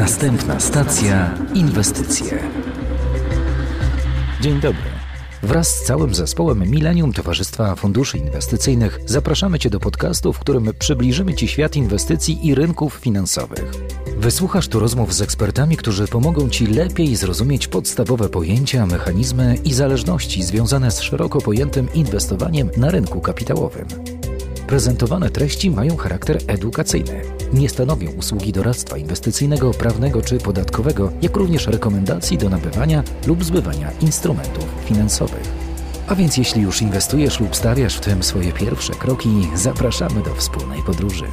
Następna stacja inwestycje. Dzień dobry. Wraz z całym zespołem Millennium Towarzystwa Funduszy Inwestycyjnych zapraszamy Cię do podcastu, w którym przybliżymy Ci świat inwestycji i rynków finansowych. Wysłuchasz tu rozmów z ekspertami, którzy pomogą Ci lepiej zrozumieć podstawowe pojęcia, mechanizmy i zależności związane z szeroko pojętym inwestowaniem na rynku kapitałowym. Prezentowane treści mają charakter edukacyjny. Nie stanowią usługi doradztwa inwestycyjnego, prawnego czy podatkowego, jak również rekomendacji do nabywania lub zbywania instrumentów finansowych. A więc jeśli już inwestujesz lub stawiasz w tym swoje pierwsze kroki, zapraszamy do wspólnej podróży.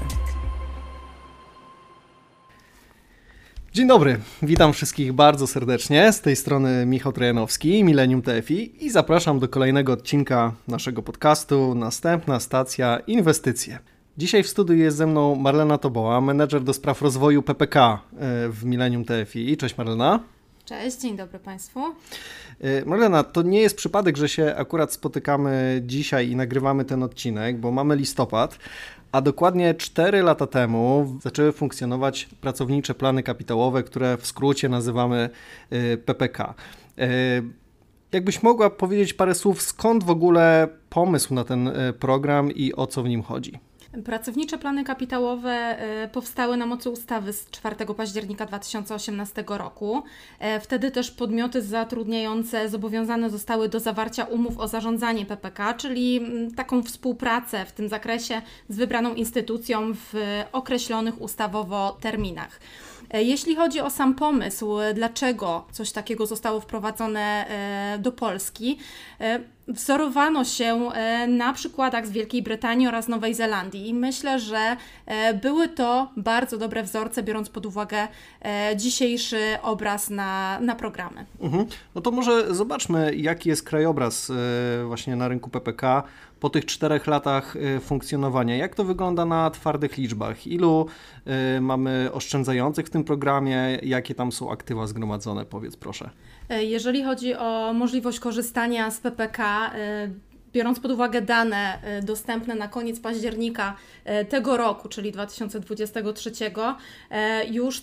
Dzień dobry, witam wszystkich bardzo serdecznie. Z tej strony Michał Trojanowski, Millennium TFI i zapraszam do kolejnego odcinka naszego podcastu Następna stacja inwestycje. Dzisiaj w studiu jest ze mną Marlena Toboła, menedżer do spraw rozwoju PPK w Millennium TFI. Cześć Marlena. Cześć, dzień dobry Państwu. Marlena, to nie jest przypadek, że się akurat spotykamy dzisiaj i nagrywamy ten odcinek, bo mamy listopad, a dokładnie 4 lata temu zaczęły funkcjonować pracownicze plany kapitałowe, które w skrócie nazywamy PPK. Jakbyś mogła powiedzieć parę słów, skąd w ogóle pomysł na ten program i o co w nim chodzi? Pracownicze plany kapitałowe powstały na mocy ustawy z 4 października 2018 roku. Wtedy też podmioty zatrudniające zobowiązane zostały do zawarcia umów o zarządzanie PPK, czyli taką współpracę w tym zakresie z wybraną instytucją w określonych ustawowo terminach. Jeśli chodzi o sam pomysł, dlaczego coś takiego zostało wprowadzone do Polski, wzorowano się na przykładach z Wielkiej Brytanii oraz Nowej Zelandii i myślę, że były to bardzo dobre wzorce, biorąc pod uwagę dzisiejszy obraz na programy. No to może zobaczmy, jaki jest krajobraz właśnie na rynku PPK po tych 4 latach funkcjonowania. Jak to wygląda na twardych liczbach? Ilu mamy oszczędzających w tym programie? Jakie tam są aktywa zgromadzone? Powiedz proszę. Jeżeli chodzi o możliwość korzystania z PPK, biorąc pod uwagę dane dostępne na koniec października tego roku, czyli 2023, już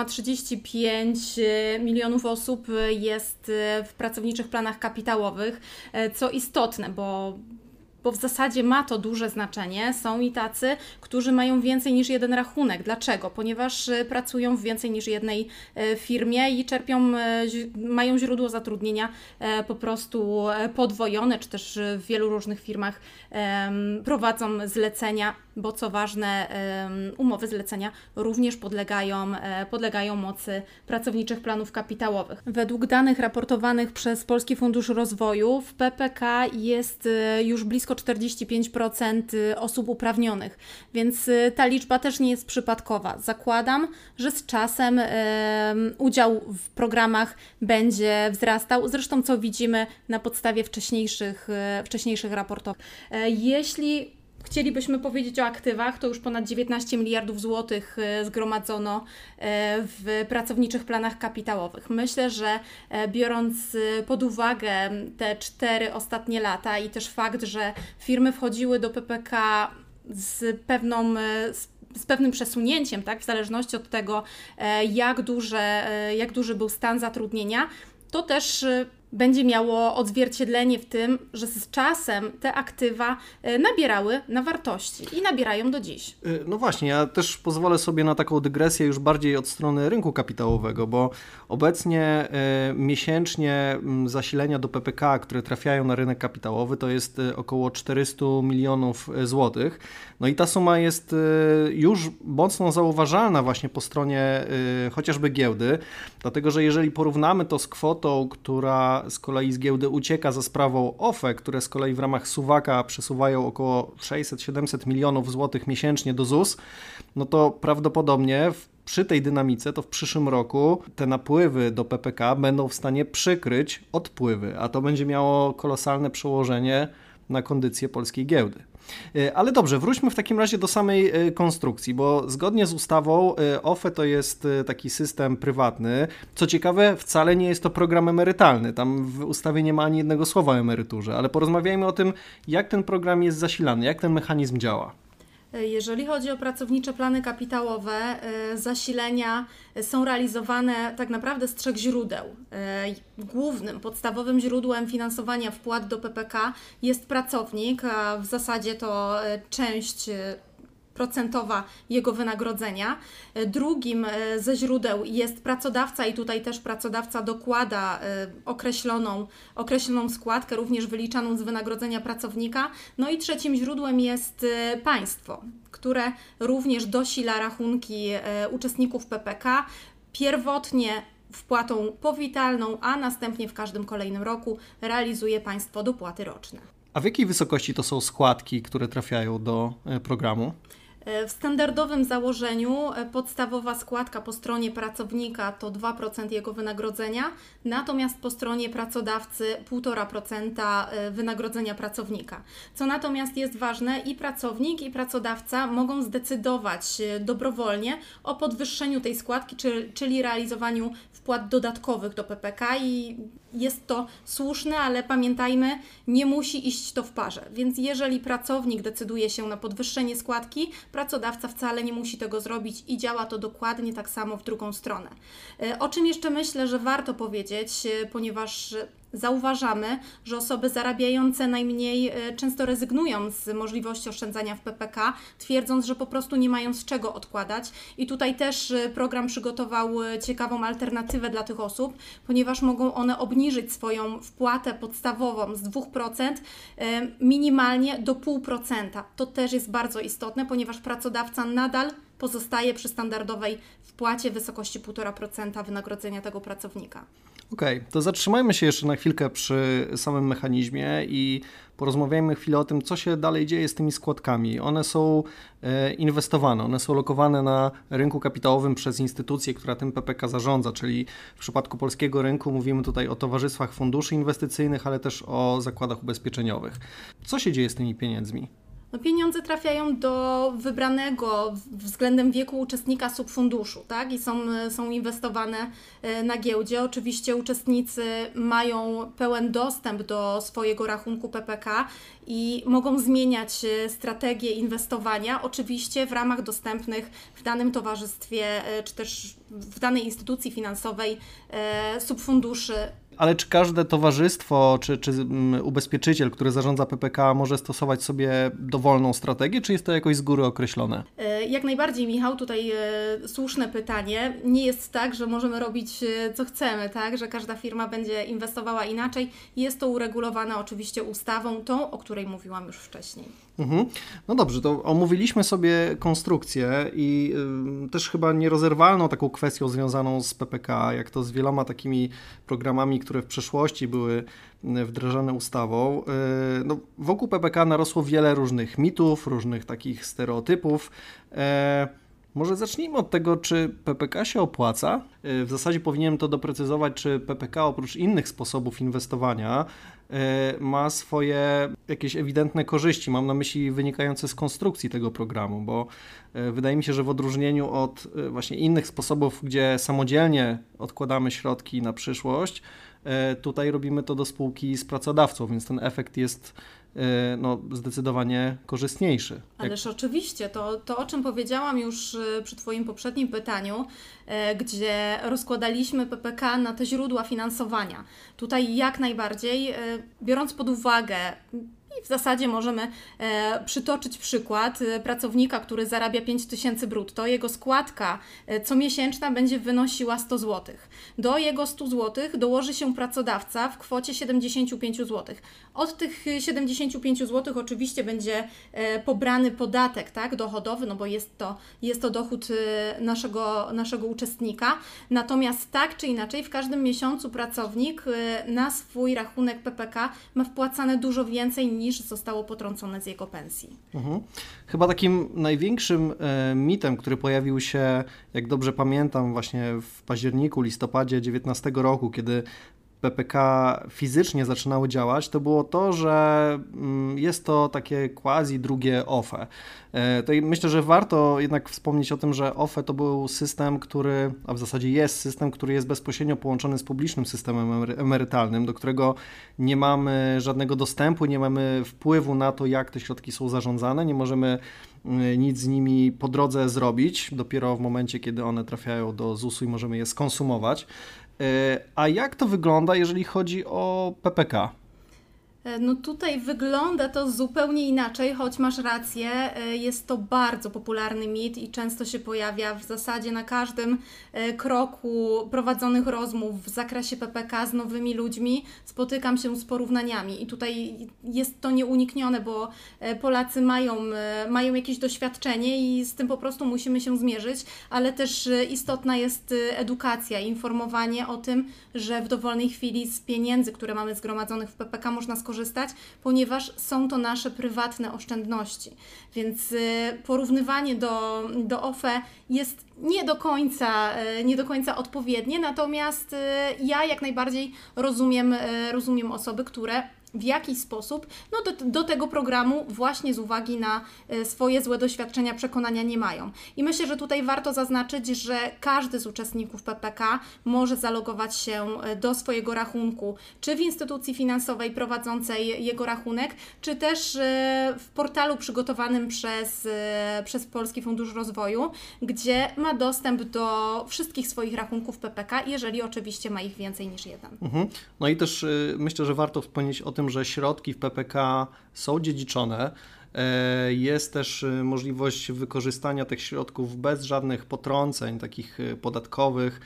3,35 milionów osób jest w pracowniczych planach kapitałowych, co istotne, bo w zasadzie ma to duże znaczenie. Są i tacy, którzy mają więcej niż jeden rachunek. Dlaczego? Ponieważ pracują w więcej niż jednej firmie i mają źródło zatrudnienia po prostu podwojone, czy też w wielu różnych firmach prowadzą zlecenia, bo co ważne, umowy zlecenia również podlegają mocy pracowniczych planów kapitałowych. Według danych raportowanych przez Polski Fundusz Rozwoju w PPK jest już blisko 45% osób uprawnionych, więc ta liczba też nie jest przypadkowa. Zakładam, że z czasem udział w programach będzie wzrastał, zresztą co widzimy na podstawie wcześniejszych raportów. Jeśli chcielibyśmy powiedzieć o aktywach, to już ponad 19 miliardów złotych zgromadzono w pracowniczych planach kapitałowych. Myślę, że biorąc pod uwagę te 4 ostatnie lata i też fakt, że firmy wchodziły do PPK z pewnym przesunięciem, tak, w zależności od tego, jak duży był stan zatrudnienia, to też będzie miało odzwierciedlenie w tym, że z czasem te aktywa nabierały na wartości i nabierają do dziś. No właśnie, ja też pozwolę sobie na taką dygresję już bardziej od strony rynku kapitałowego, bo obecnie miesięcznie zasilenia do PPK, które trafiają na rynek kapitałowy, to jest około 400 milionów złotych. No i ta suma jest już mocno zauważalna właśnie po stronie chociażby giełdy, dlatego że jeżeli porównamy to z kwotą, która z kolei z giełdy ucieka za sprawą OFE, które z kolei w ramach suwaka przesuwają około 600-700 milionów złotych miesięcznie do ZUS, no to prawdopodobnie przy tej dynamice to w przyszłym roku te napływy do PPK będą w stanie przykryć odpływy, a to będzie miało kolosalne przełożenie na kondycję polskiej giełdy. Ale dobrze, wróćmy w takim razie do samej konstrukcji, bo zgodnie z ustawą OFE to jest taki system prywatny. Co ciekawe, wcale nie jest to program emerytalny. Tam w ustawie nie ma ani jednego słowa o emeryturze, ale porozmawiajmy o tym, jak ten program jest zasilany, jak ten mechanizm działa. Jeżeli chodzi o pracownicze plany kapitałowe, zasilenia są realizowane tak naprawdę z 3 źródeł. Głównym, podstawowym źródłem finansowania wpłat do PPK jest pracownik, a w zasadzie to część procentowa jego wynagrodzenia. Drugim ze źródeł jest pracodawca i tutaj też pracodawca dokłada określoną składkę, również wyliczaną z wynagrodzenia pracownika. No i trzecim źródłem jest państwo, które również dosila rachunki uczestników PPK, pierwotnie wpłatą powitalną, a następnie w każdym kolejnym roku realizuje państwo dopłaty roczne. A w jakiej wysokości to są składki, które trafiają do programu? W standardowym założeniu podstawowa składka po stronie pracownika to 2% jego wynagrodzenia, natomiast po stronie pracodawcy 1,5% wynagrodzenia pracownika. Co natomiast jest ważne, i pracownik, i pracodawca mogą zdecydować dobrowolnie o podwyższeniu tej składki, czyli realizowaniu wpłat dodatkowych do PPK i jest to słuszne, ale pamiętajmy, nie musi iść to w parze. Więc jeżeli pracownik decyduje się na podwyższenie składki, pracodawca wcale nie musi tego zrobić i działa to dokładnie tak samo w drugą stronę. O czym jeszcze myślę, że warto powiedzieć, ponieważ zauważamy, że osoby zarabiające najmniej często rezygnują z możliwości oszczędzania w PPK, twierdząc, że po prostu nie mają z czego odkładać. I tutaj też program przygotował ciekawą alternatywę dla tych osób, ponieważ mogą one obniżyć swoją wpłatę podstawową z 2% minimalnie do 0,5%. To też jest bardzo istotne, ponieważ pracodawca nadal pozostaje przy standardowej wpłacie w wysokości 1,5% wynagrodzenia tego pracownika. Okej, to zatrzymajmy się jeszcze na chwilkę przy samym mechanizmie i porozmawiajmy chwilę o tym, co się dalej dzieje z tymi składkami. One są inwestowane, one są lokowane na rynku kapitałowym przez instytucję, która tym PPK zarządza, czyli w przypadku polskiego rynku mówimy tutaj o towarzystwach funduszy inwestycyjnych, ale też o zakładach ubezpieczeniowych. Co się dzieje z tymi pieniędzmi? No, pieniądze trafiają do wybranego względem wieku uczestnika subfunduszu, tak? I są inwestowane na giełdzie. Oczywiście uczestnicy mają pełen dostęp do swojego rachunku PPK i mogą zmieniać strategię inwestowania, oczywiście w ramach dostępnych w danym towarzystwie czy też w danej instytucji finansowej subfunduszy. Ale czy każde towarzystwo czy ubezpieczyciel, który zarządza PPK, może stosować sobie dowolną strategię, czy jest to jakoś z góry określone? Jak najbardziej, Michał, tutaj słuszne pytanie. Nie jest tak, że możemy robić co chcemy, tak? Że każda firma będzie inwestowała inaczej. Jest to uregulowane oczywiście ustawą, tą, o której mówiłam już wcześniej. No dobrze, to omówiliśmy sobie konstrukcję i też chyba nierozerwalną taką kwestią związaną z PPK, jak to z wieloma takimi programami, które w przeszłości były wdrażane ustawą. No, wokół PPK narosło wiele różnych mitów, różnych takich stereotypów. Może zacznijmy od tego, czy PPK się opłaca. W zasadzie powinienem to doprecyzować, czy PPK oprócz innych sposobów inwestowania ma swoje jakieś ewidentne korzyści. Mam na myśli wynikające z konstrukcji tego programu, bo wydaje mi się, że w odróżnieniu od właśnie innych sposobów, gdzie samodzielnie odkładamy środki na przyszłość, tutaj robimy to do spółki z pracodawcą, więc ten efekt jest zdecydowanie korzystniejszy. Ależ oczywiście, to o czym powiedziałam już przy Twoim poprzednim pytaniu, gdzie rozkładaliśmy PPK na te źródła finansowania. Tutaj jak najbardziej, biorąc pod uwagę, i w zasadzie możemy przytoczyć przykład pracownika, który zarabia 5000 brutto. Jego składka comiesięczna będzie wynosiła 100 zł. Do jego 100 zł dołoży się pracodawca w kwocie 75 zł. Od tych 75 zł oczywiście będzie pobrany podatek, tak, dochodowy, no bo jest to dochód naszego uczestnika. Natomiast tak czy inaczej w każdym miesiącu pracownik na swój rachunek PPK ma wpłacane dużo więcej niż zostało potrącone z jego pensji. Chyba takim największym mitem, który pojawił się, jak dobrze pamiętam, właśnie w październiku, listopadzie 2019 roku, kiedy PPK fizycznie zaczynały działać, to było to, że jest to takie quasi drugie OFE. To myślę, że warto jednak wspomnieć o tym, że OFE to był system, a w zasadzie jest system, który jest bezpośrednio połączony z publicznym systemem emerytalnym, do którego nie mamy żadnego dostępu, nie mamy wpływu na to, jak te środki są zarządzane, nie możemy nic z nimi po drodze zrobić, dopiero w momencie, kiedy one trafiają do ZUS-u i możemy je skonsumować. A jak to wygląda, jeżeli chodzi o PPK? No tutaj wygląda to zupełnie inaczej, choć masz rację, jest to bardzo popularny mit i często się pojawia w zasadzie na każdym kroku prowadzonych rozmów w zakresie PPK z nowymi ludźmi. Spotykam się z porównaniami i tutaj jest to nieuniknione, bo Polacy mają jakieś doświadczenie i z tym po prostu musimy się zmierzyć, ale też istotna jest edukacja, informowanie o tym, że w dowolnej chwili z pieniędzy, które mamy zgromadzonych w PPK można skorzystać, ponieważ są to nasze prywatne oszczędności. Więc porównywanie do OFE jest nie do końca odpowiednie, natomiast ja jak najbardziej rozumiem osoby, które w jakiś sposób do tego programu właśnie z uwagi na swoje złe doświadczenia, przekonania nie mają. I myślę, że tutaj warto zaznaczyć, że każdy z uczestników PPK może zalogować się do swojego rachunku, czy w instytucji finansowej prowadzącej jego rachunek, czy też w portalu przygotowanym przez Polski Fundusz Rozwoju, gdzie ma dostęp do wszystkich swoich rachunków PPK, jeżeli oczywiście ma ich więcej niż jeden. No i też myślę, że warto wspomnieć o tym, że środki w PPK są dziedziczone. Jest też możliwość wykorzystania tych środków bez żadnych potrąceń takich podatkowych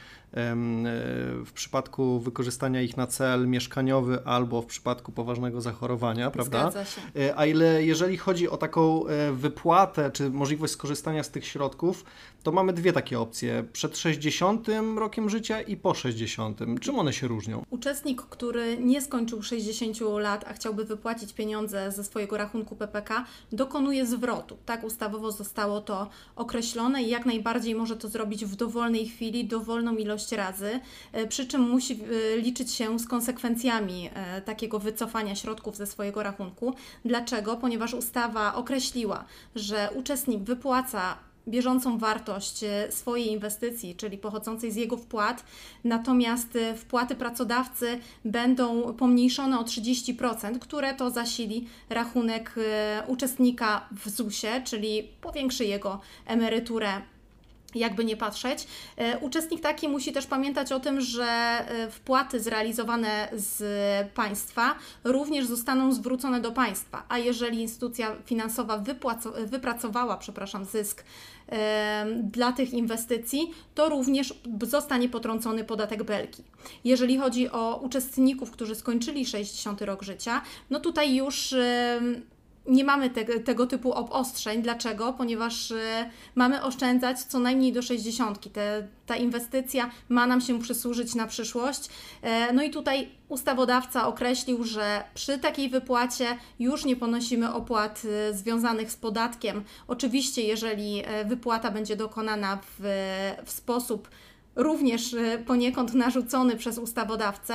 w przypadku wykorzystania ich na cel mieszkaniowy albo w przypadku poważnego zachorowania, prawda? Zgadza się. A jeżeli chodzi o taką wypłatę czy możliwość skorzystania z tych środków, to mamy dwie takie opcje. Przed 60 rokiem życia i po 60. Czym one się różnią? Uczestnik, który nie skończył 60 lat, a chciałby wypłacić pieniądze ze swojego rachunku PPK, dokonuje zwrotu. Tak ustawowo zostało to określone i jak najbardziej może to zrobić w dowolnej chwili, dowolną ilość razy, przy czym musi liczyć się z konsekwencjami takiego wycofania środków ze swojego rachunku. Dlaczego? Ponieważ ustawa określiła, że uczestnik wypłaca bieżącą wartość swojej inwestycji, czyli pochodzącej z jego wpłat, natomiast wpłaty pracodawcy będą pomniejszone o 30%, które to zasili rachunek uczestnika w ZUS-ie, czyli powiększy jego emeryturę. Jakby nie patrzeć. Uczestnik taki musi też pamiętać o tym, że wpłaty zrealizowane z państwa również zostaną zwrócone do państwa, a jeżeli instytucja finansowa wypracowała zysk dla tych inwestycji, to również zostanie potrącony podatek Belki. Jeżeli chodzi o uczestników, którzy skończyli 60 rok życia, no tutaj już nie mamy tego typu obostrzeń. Dlaczego? Ponieważ mamy oszczędzać co najmniej do 60. Ta inwestycja ma nam się przysłużyć na przyszłość. No i tutaj ustawodawca określił, że przy takiej wypłacie już nie ponosimy opłat związanych z podatkiem. Oczywiście, jeżeli wypłata będzie dokonana w sposób również poniekąd narzucony przez ustawodawcę,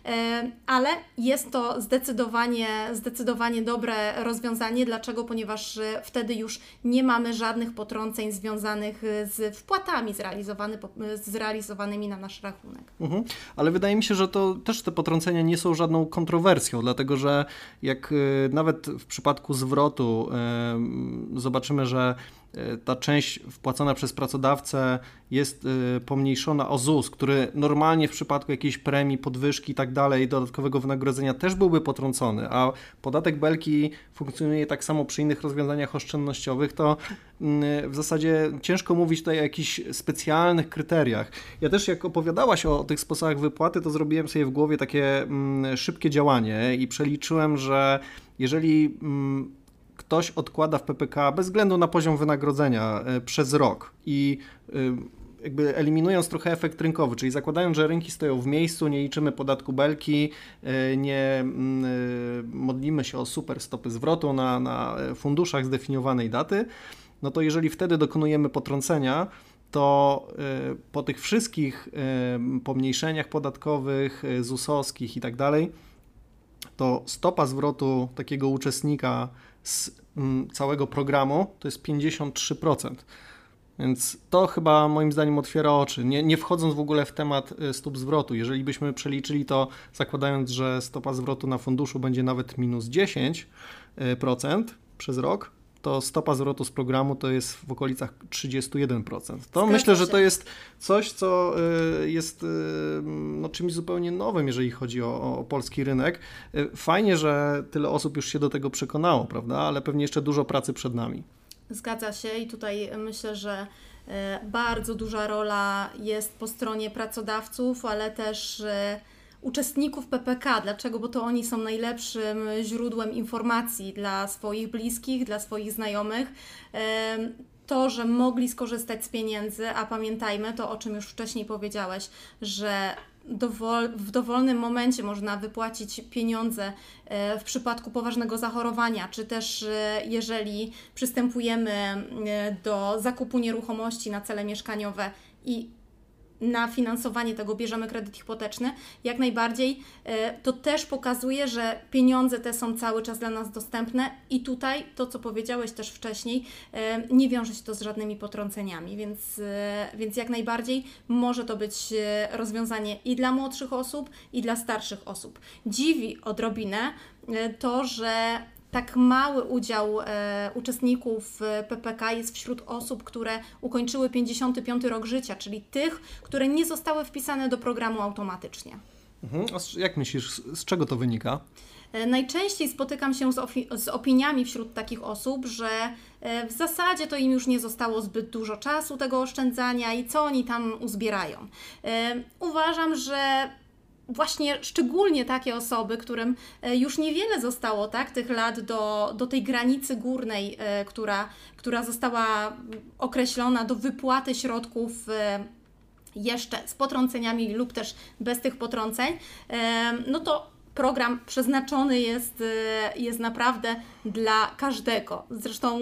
ale jest to zdecydowanie dobre rozwiązanie. Dlaczego? Ponieważ wtedy już nie mamy żadnych potrąceń związanych z wpłatami zrealizowanymi na nasz rachunek. Ale wydaje mi się, że to też te potrącenia nie są żadną kontrowersją, dlatego że jak nawet w przypadku zwrotu zobaczymy, że ta część wpłacona przez pracodawcę jest pomniejszona o ZUS, który normalnie w przypadku jakiejś premii, podwyżki i tak dalej, dodatkowego wynagrodzenia też byłby potrącony, a podatek Belki funkcjonuje tak samo przy innych rozwiązaniach oszczędnościowych, to w zasadzie ciężko mówić tutaj o jakichś specjalnych kryteriach. Ja też jak opowiadałaś o tych sposobach wypłaty, to zrobiłem sobie w głowie takie szybkie działanie i przeliczyłem, że jeżeli ktoś odkłada w PPK bez względu na poziom wynagrodzenia przez rok i jakby eliminując trochę efekt rynkowy, czyli zakładając, że rynki stoją w miejscu, nie liczymy podatku Belki, nie modlimy się o super stopy zwrotu na funduszach zdefiniowanej daty, no to jeżeli wtedy dokonujemy potrącenia, to po tych wszystkich pomniejszeniach podatkowych, ZUS-owskich i tak dalej, to stopa zwrotu takiego uczestnika z całego programu to jest 53%. Więc to chyba moim zdaniem otwiera oczy, nie wchodząc w ogóle w temat stóp zwrotu. Jeżeli byśmy przeliczyli to zakładając, że stopa zwrotu na funduszu będzie nawet minus 10% przez rok, to stopa zwrotu z programu to jest w okolicach 31%. To myślę, że to jest coś, co jest czymś zupełnie nowym, jeżeli chodzi o polski rynek. Fajnie, że tyle osób już się do tego przekonało, prawda? Ale pewnie jeszcze dużo pracy przed nami. Zgadza się i tutaj myślę, że bardzo duża rola jest po stronie pracodawców, ale też uczestników PPK. Dlaczego? Bo to oni są najlepszym źródłem informacji dla swoich bliskich, dla swoich znajomych. To, że mogli skorzystać z pieniędzy, a pamiętajmy to, o czym już wcześniej powiedziałeś, że w dowolnym momencie można wypłacić pieniądze w przypadku poważnego zachorowania, czy też jeżeli przystępujemy do zakupu nieruchomości na cele mieszkaniowe i na finansowanie tego bierzemy kredyt hipoteczny, jak najbardziej to też pokazuje, że pieniądze te są cały czas dla nas dostępne i tutaj to, co powiedziałeś też wcześniej, nie wiąże się to z żadnymi potrąceniami, więc jak najbardziej może to być rozwiązanie i dla młodszych osób, i dla starszych osób. Dziwi odrobinę to, że tak mały udział uczestników PPK jest wśród osób, które ukończyły 55 rok życia, czyli tych, które nie zostały wpisane do programu automatycznie. A jak myślisz, z czego to wynika? Najczęściej spotykam się z opiniami wśród takich osób, że w zasadzie to im już nie zostało zbyt dużo czasu tego oszczędzania i co oni tam uzbierają. Uważam, że właśnie szczególnie takie osoby, którym już niewiele zostało, tak, tych lat do tej granicy górnej, która została określona do wypłaty środków jeszcze z potrąceniami lub też bez tych potrąceń, no to program przeznaczony jest naprawdę dla każdego. Zresztą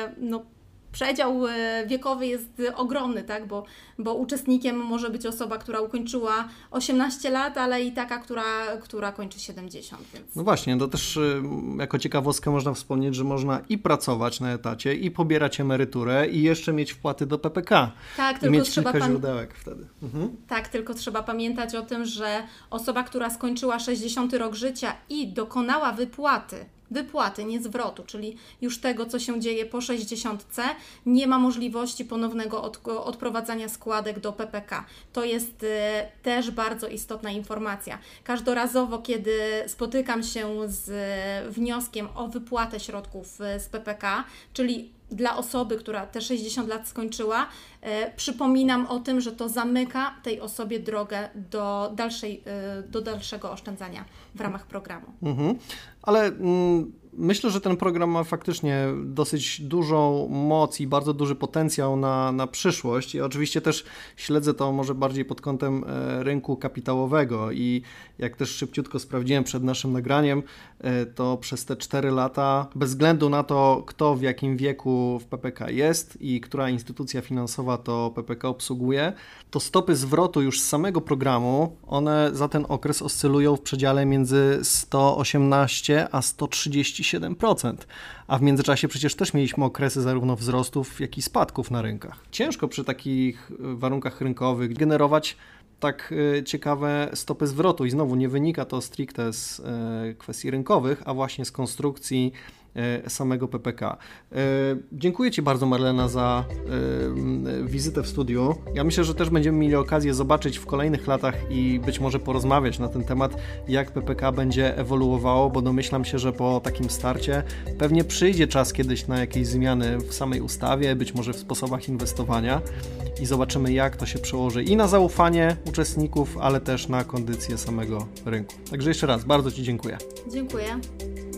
przedział wiekowy jest ogromny, tak? Bo uczestnikiem może być osoba, która ukończyła 18 lat, ale i taka, która kończy 70. Więc... No właśnie, to też jako ciekawostkę można wspomnieć, że można i pracować na etacie, i pobierać emeryturę, i jeszcze mieć wpłaty do PPK. Tak, i tylko mieć kilka źródełek wtedy. Tak, tylko trzeba pamiętać o tym, że osoba, która skończyła 60 rok życia i dokonała wypłaty, nie zwrotu, czyli już tego, co się dzieje po 60, nie ma możliwości ponownego odprowadzania składek do PPK. To jest też bardzo istotna informacja. Każdorazowo, kiedy spotykam się z wnioskiem o wypłatę środków z PPK, czyli dla osoby, która te 60 lat skończyła, przypominam o tym, że to zamyka tej osobie drogę do dalszego oszczędzania w ramach programu. Ale myślę, że ten program ma faktycznie dosyć dużą moc i bardzo duży potencjał na przyszłość. I oczywiście też śledzę to może bardziej pod kątem rynku kapitałowego i jak też szybciutko sprawdziłem przed naszym nagraniem, to przez te 4 lata, bez względu na to, kto w jakim wieku w PPK jest i która instytucja finansowa to PPK obsługuje, to stopy zwrotu już z samego programu, one za ten okres oscylują w przedziale między 118 a 137%, a w międzyczasie przecież też mieliśmy okresy zarówno wzrostów, jak i spadków na rynkach. Ciężko przy takich warunkach rynkowych generować tak ciekawe stopy zwrotu i znowu nie wynika to stricte z kwestii rynkowych, a właśnie z konstrukcji samego PPK. Dziękuję Ci bardzo, Marlena, za wizytę w studiu. Ja myślę, że też będziemy mieli okazję zobaczyć w kolejnych latach i być może porozmawiać na ten temat, jak PPK będzie ewoluowało, bo domyślam się, że po takim starcie pewnie przyjdzie czas kiedyś na jakieś zmiany w samej ustawie, być może w sposobach inwestowania i zobaczymy, jak to się przełoży i na zaufanie uczestników, ale też na kondycję samego rynku. Także jeszcze raz bardzo Ci dziękuję. Dziękuję.